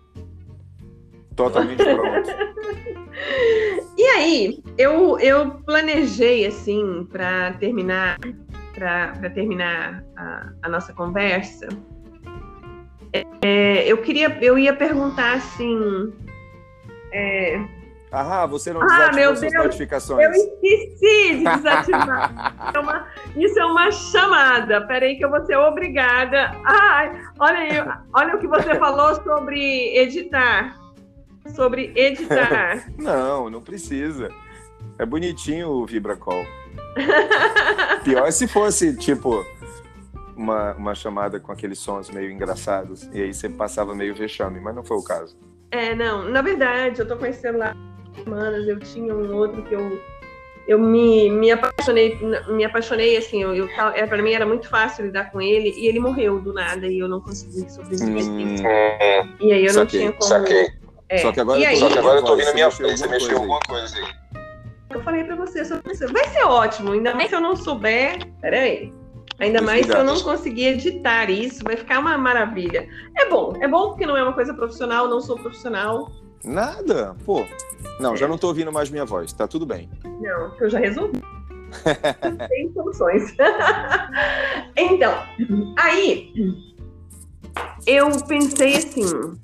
Totalmente pronto. E aí, eu planejei, assim, para terminar a nossa conversa, eu ia perguntar, assim... você não desativou suas notificações. Eu esqueci de desativar. Isso é uma chamada. Peraí que eu vou ser obrigada. Olha aí, olha o que você falou sobre editar. Não precisa. É bonitinho o VibraCall. Pior é se fosse, tipo, uma chamada com aqueles sons meio engraçados. E aí você passava meio vexame, mas não foi o caso. Não. Na verdade, eu tô com esse celular há semanas. Eu tinha um outro que eu me apaixonei, assim, pra mim era muito fácil lidar com ele, e ele morreu do nada, e eu não consegui sobreviver. E aí eu não tinha como... Só que agora eu tô ouvindo a minha voz. Você mexeu alguma coisa aí. Eu falei pra você, vai ser ótimo, ainda mais se eu não souber. Peraí. Ainda mais se eu não conseguir editar isso, vai ficar uma maravilha. É bom porque não é uma coisa profissional, não sou profissional. Nada, pô. Não, já não tô ouvindo mais minha voz, tá tudo bem. Não, porque eu já resolvi. Tem soluções. Então, aí eu pensei assim,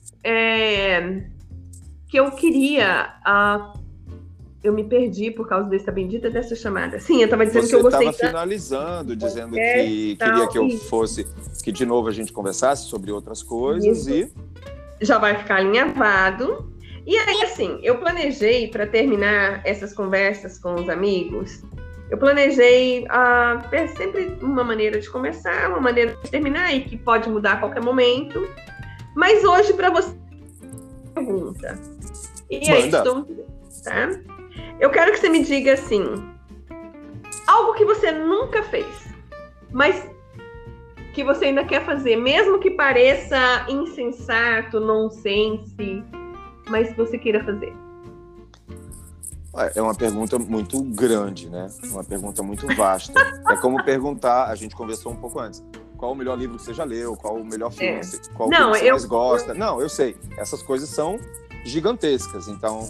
que eu queria... eu me perdi por causa dessa chamada. Sim, eu estava dizendo que eu gostei. Você estava finalizando, dizendo que queria que eu fosse... Que de novo a gente conversasse sobre outras coisas e... Já vai ficar alinhavado. E aí, assim, eu planejei, para terminar essas conversas com os amigos, eu planejei sempre uma maneira de começar, uma maneira de terminar, e que pode mudar a qualquer momento. Mas hoje, para você, pergunta. E aí, tá? Eu quero que você me diga, assim, algo que você nunca fez, mas que você ainda quer fazer, mesmo que pareça insensato, nonsense, mas que você queira fazer? É uma pergunta muito grande, né? Uma pergunta muito vasta. É como perguntar, a gente conversou um pouco antes, qual o melhor livro que você já leu, qual o melhor filme, qual o filme que você mais gosta. Não, eu sei, essas coisas são gigantescas, então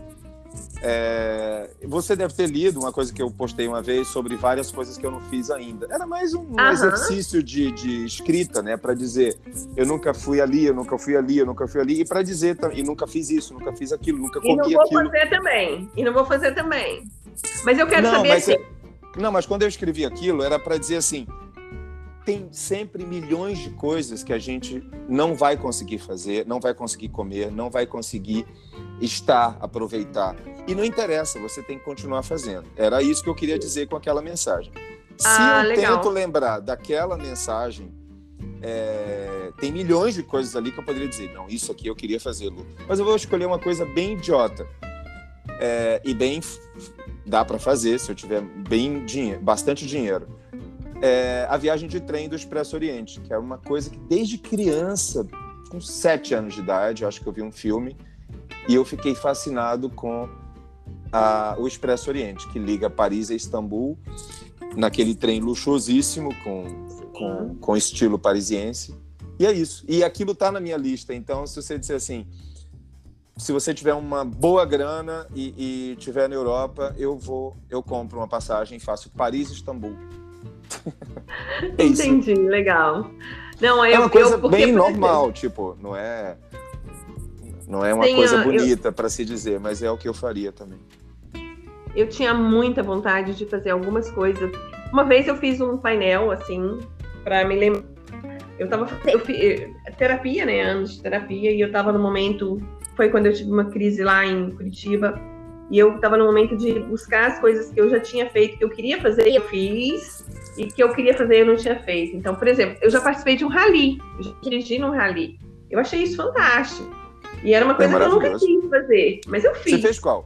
você deve ter lido uma coisa que eu postei uma vez sobre várias coisas que eu não fiz ainda. Era mais um exercício de escrita, né? Para dizer, eu nunca fui ali, eu nunca fui ali, eu nunca fui ali. E para dizer, e nunca fiz isso, nunca fiz aquilo, nunca comi aquilo. E não vou fazer também. Mas eu quero saber assim... Não, mas quando eu escrevi aquilo, era para dizer assim, tem sempre milhões de coisas que a gente não vai conseguir fazer, não vai conseguir comer, não vai conseguir aproveitar. E não interessa, você tem que continuar fazendo. Era isso que eu queria dizer com aquela mensagem. Se eu tento lembrar daquela mensagem, tem milhões de coisas ali que eu poderia dizer, não, isso aqui eu queria fazer, Lu. Mas eu vou escolher uma coisa bem idiota. E bem dá para fazer, se eu tiver bastante dinheiro. A viagem de trem do Expresso Oriente, que é uma coisa que desde criança, com 7 anos de idade, eu acho que eu vi um filme, e eu fiquei fascinado com o Expresso Oriente, que liga Paris a Istambul, naquele trem luxuosíssimo, com estilo parisiense. E é isso. E aquilo está na minha lista. Então, se você disser assim, se você tiver uma boa grana e estiver na Europa, eu compro uma passagem e faço Paris-Istambul. Entendi, legal. Não, é uma coisa bem normal, tipo, não é uma coisa bonita para se dizer, mas é o que eu faria também. Eu tinha muita vontade de fazer algumas coisas. Uma vez eu fiz um painel, assim, para me lembrar. Eu fiz terapia, né? Anos de terapia, e eu tava no momento. Foi quando eu tive uma crise lá em Curitiba, e eu tava no momento de buscar as coisas que eu já tinha feito, que eu queria fazer, e eu fiz, e que eu queria fazer, eu não tinha feito. Então, por exemplo, eu já participei de um rally, eu já dirigi num rally. Eu achei isso fantástico. E era uma coisa que eu nunca quis fazer, mas eu fiz. Você fez qual?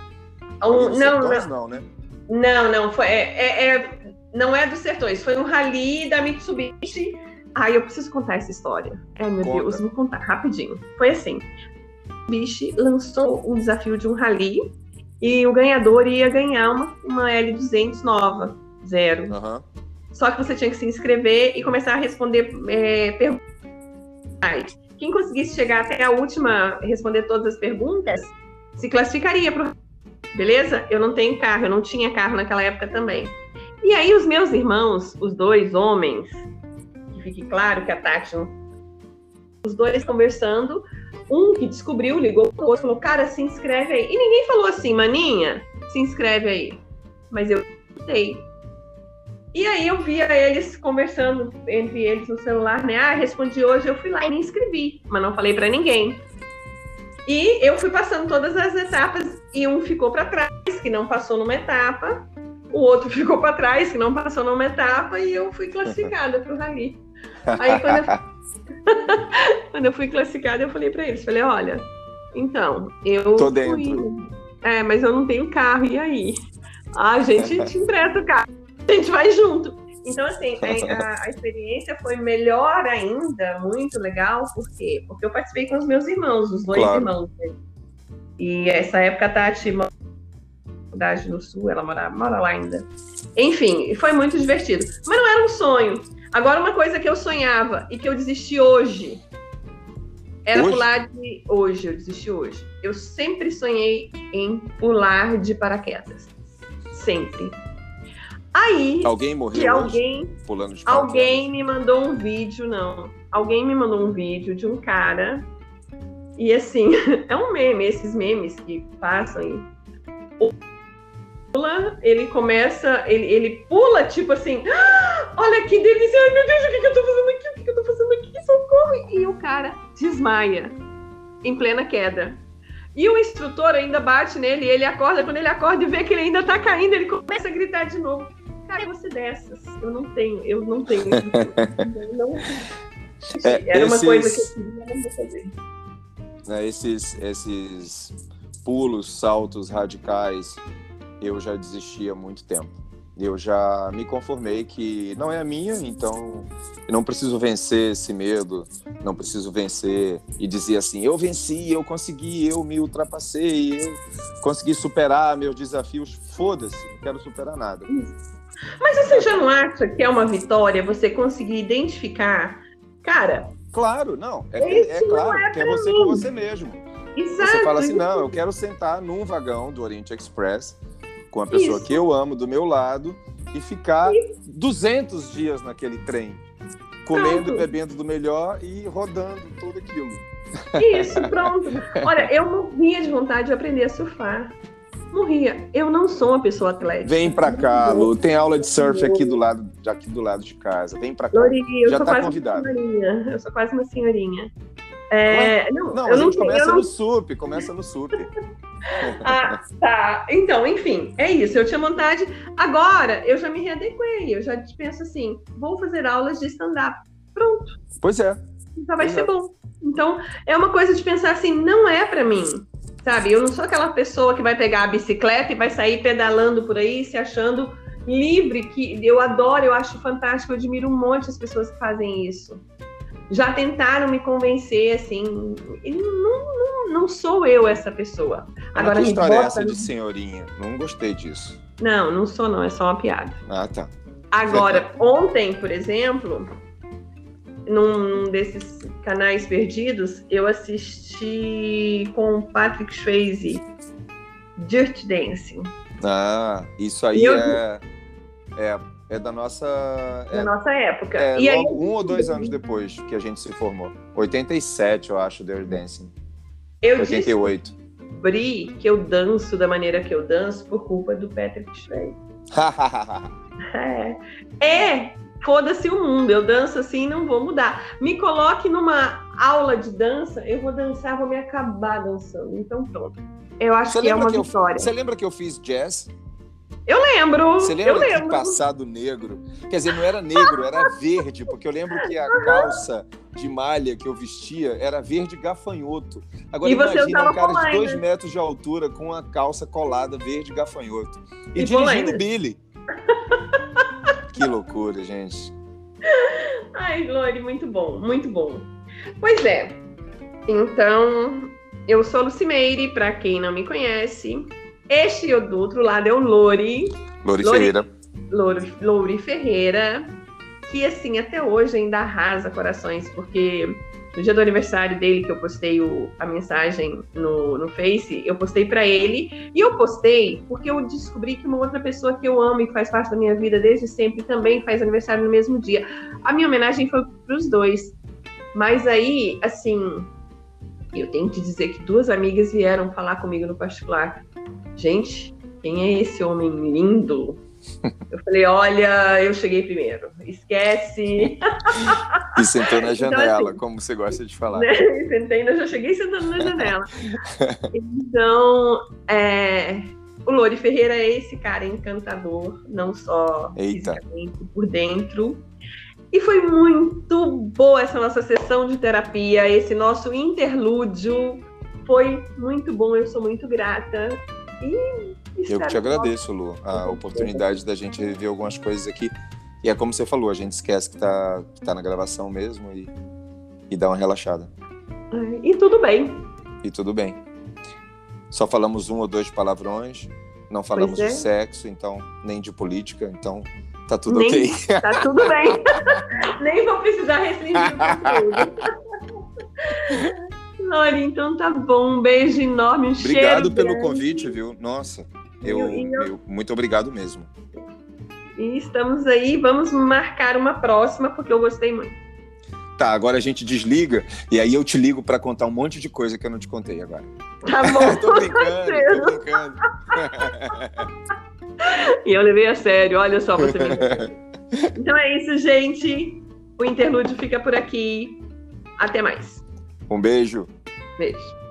Não, né? Não, foi, não é dos Sertões, foi um rally da Mitsubishi. Eu preciso contar essa história. Meu Deus, vou contar rapidinho. Foi assim, a Mitsubishi lançou um desafio de um rally e o ganhador ia ganhar uma L200 nova, 0. Só que você tinha que se inscrever e começar a responder perguntas. Quem conseguisse chegar até a última, responder todas as perguntas, se classificaria para beleza? Eu não tenho carro, eu não tinha carro naquela época também. E aí os meus irmãos, os 2 homens, que fique claro que a Tati, os 2 conversando, um que descobriu, ligou pro outro, falou, cara, se inscreve aí. E ninguém falou assim, maninha, se inscreve aí. Mas eu sei. E aí eu via eles conversando entre eles no celular, né? Respondi hoje, eu fui lá e me inscrevi, mas não falei pra ninguém. E eu fui passando todas as etapas e um ficou para trás, que não passou numa etapa, o outro ficou para trás, que não passou numa etapa, e eu fui classificada para o rally. Aí quando eu fui classificada, eu falei para eles, falei, olha, então, eu tô dentro. Mas eu não tenho carro, e aí? A gente te empresta o carro, a gente vai junto. Então, assim, a experiência foi melhor ainda, muito legal, por quê? Porque eu participei com os meus irmãos, os 2 irmãos. Né? E essa época a Tati cidade no Sul, ela mora lá ainda. Enfim, foi muito divertido. Mas não era um sonho. Agora, uma coisa que eu sonhava e que eu desisti hoje, era pular de... Hoje, eu desisti hoje. Eu sempre sonhei em pular de paraquedas. Sempre. Aí, alguém morreu pulando de paraquedas? Alguém me mandou um vídeo, Alguém me mandou um vídeo de um cara. E assim, é um meme, esses memes que passam aí. Ele começa, ele pula, tipo assim, olha que delícia, ai meu Deus, o que eu tô fazendo aqui? O que eu tô fazendo aqui? Socorro! E o cara desmaia em plena queda. E o instrutor ainda bate nele, e ele acorda, quando ele acorda e vê que ele ainda tá caindo, ele começa a gritar de novo. Cara, você dessas, eu não tenho. Era uma coisa que eu queria fazer. Esses pulos, saltos radicais, eu já desisti há muito tempo. Eu já me conformei que não é a minha, então eu não preciso vencer esse medo, não preciso vencer e dizer assim, eu venci, eu consegui, eu me ultrapassei, eu consegui superar meus desafios. Foda-se, não quero superar nada. Mas você já não acha que é uma vitória você conseguir identificar? Cara... Claro, não. É claro, que é você com você mesmo. Exato. Você fala assim, não, eu quero sentar num vagão do Oriente Express com a pessoa que eu amo do meu lado e ficar 200 dias naquele trem, comendo e bebendo do melhor e rodando tudo aquilo. Isso, pronto. Olha, eu morria de vontade de aprender a surfar. Morria. Eu não sou uma pessoa atlética. Vem pra cá, Lu. Tem aula de surf aqui do lado de casa. Vem pra cá. Lori, já tá convidado. Eu sou quase uma senhorinha. Não, a gente começa no SUP. Começa no SUP. Ah, tá. Então, enfim, é isso. Eu tinha vontade. Agora, eu já me readequei. Eu já penso assim, vou fazer aulas de stand-up. Pronto. Pois é. Já vai ser bom. Então, é uma coisa de pensar assim, não é pra mim. Sabe? Eu não sou aquela pessoa que vai pegar a bicicleta e vai sair pedalando por aí, se achando livre, que eu adoro, eu acho fantástico, eu admiro um monte as pessoas que fazem isso. Já tentaram me convencer, assim, não sou eu essa pessoa. Agora, que história é essa de senhorinha? Não gostei disso. Não sou não, é só uma piada. Ah, tá. Agora, ontem, por exemplo, num desses canais perdidos, eu assisti com o Patrick Swayze, Dirty Dancing. Ah, isso aí é da nossa... Da nossa época. E aí, 1 ou 2 anos depois que a gente se formou. 87, eu acho, Dirty Dancing. Eu 88. Descobri que eu danço da maneira que eu danço por culpa do Patrick Swayze. Foda-se o mundo, eu danço assim, não vou mudar. Me coloque numa aula de dança, eu vou dançar, vou me acabar dançando. Então pronto. Eu acho que é uma vitória. Você lembra que eu fiz jazz? Eu lembro. Você lembra que passado negro? Quer dizer, não era negro, era verde, porque eu lembro que a calça de malha que eu vestia era verde gafanhoto. Agora imagina um cara de 2 metros de altura com a calça colada verde gafanhoto. E dirigindo o Billy. Que loucura, gente. Ai, Lori, muito bom, muito bom. Pois é. Então, eu sou Lucimeire, para quem não me conhece. Este do outro lado é o Lori. Lori Ferreira. Lori Ferreira, que assim, até hoje ainda arrasa corações, porque no dia do aniversário dele, que eu postei a mensagem no Face, eu postei pra ele, e eu postei porque eu descobri que uma outra pessoa que eu amo e que faz parte da minha vida desde sempre também faz aniversário no mesmo dia. A minha homenagem foi pros dois. Mas aí, assim, eu tenho que dizer que 2 amigas vieram falar comigo no particular. Gente, quem é esse homem lindo? Eu falei, olha, eu cheguei primeiro. Esquece. E sentou na janela, então, assim, como você gosta de falar. Né? Já cheguei sentando na janela. Então, o Lori Ferreira é esse cara encantador, não só fisicamente, por dentro. E foi muito boa essa nossa sessão de terapia, esse nosso interlúdio. Foi muito bom, eu sou muito grata. Eu que te agradeço, Lu, a oportunidade da gente reviver algumas coisas aqui. E é como você falou, a gente esquece que tá na gravação mesmo e dá uma relaxada. E tudo bem. E tudo bem. Só falamos 1 ou 2 palavrões, não falamos de sexo, então, nem de política, então tá tudo ok. Tá tudo bem. Nem vou precisar restringir tudo. Lori, então tá bom. Um beijo enorme, um cheiro. Obrigado pelo convite, viu? Nossa, muito obrigado mesmo. E estamos aí, vamos marcar uma próxima, porque eu gostei muito. Tá, agora a gente desliga e aí eu te ligo pra contar um monte de coisa que eu não te contei agora. Tá bom. Tô brincando. E eu levei a sério, olha só você me... Então é isso, gente. O interlúdio fica por aqui. Até mais. Um beijo. Beijo.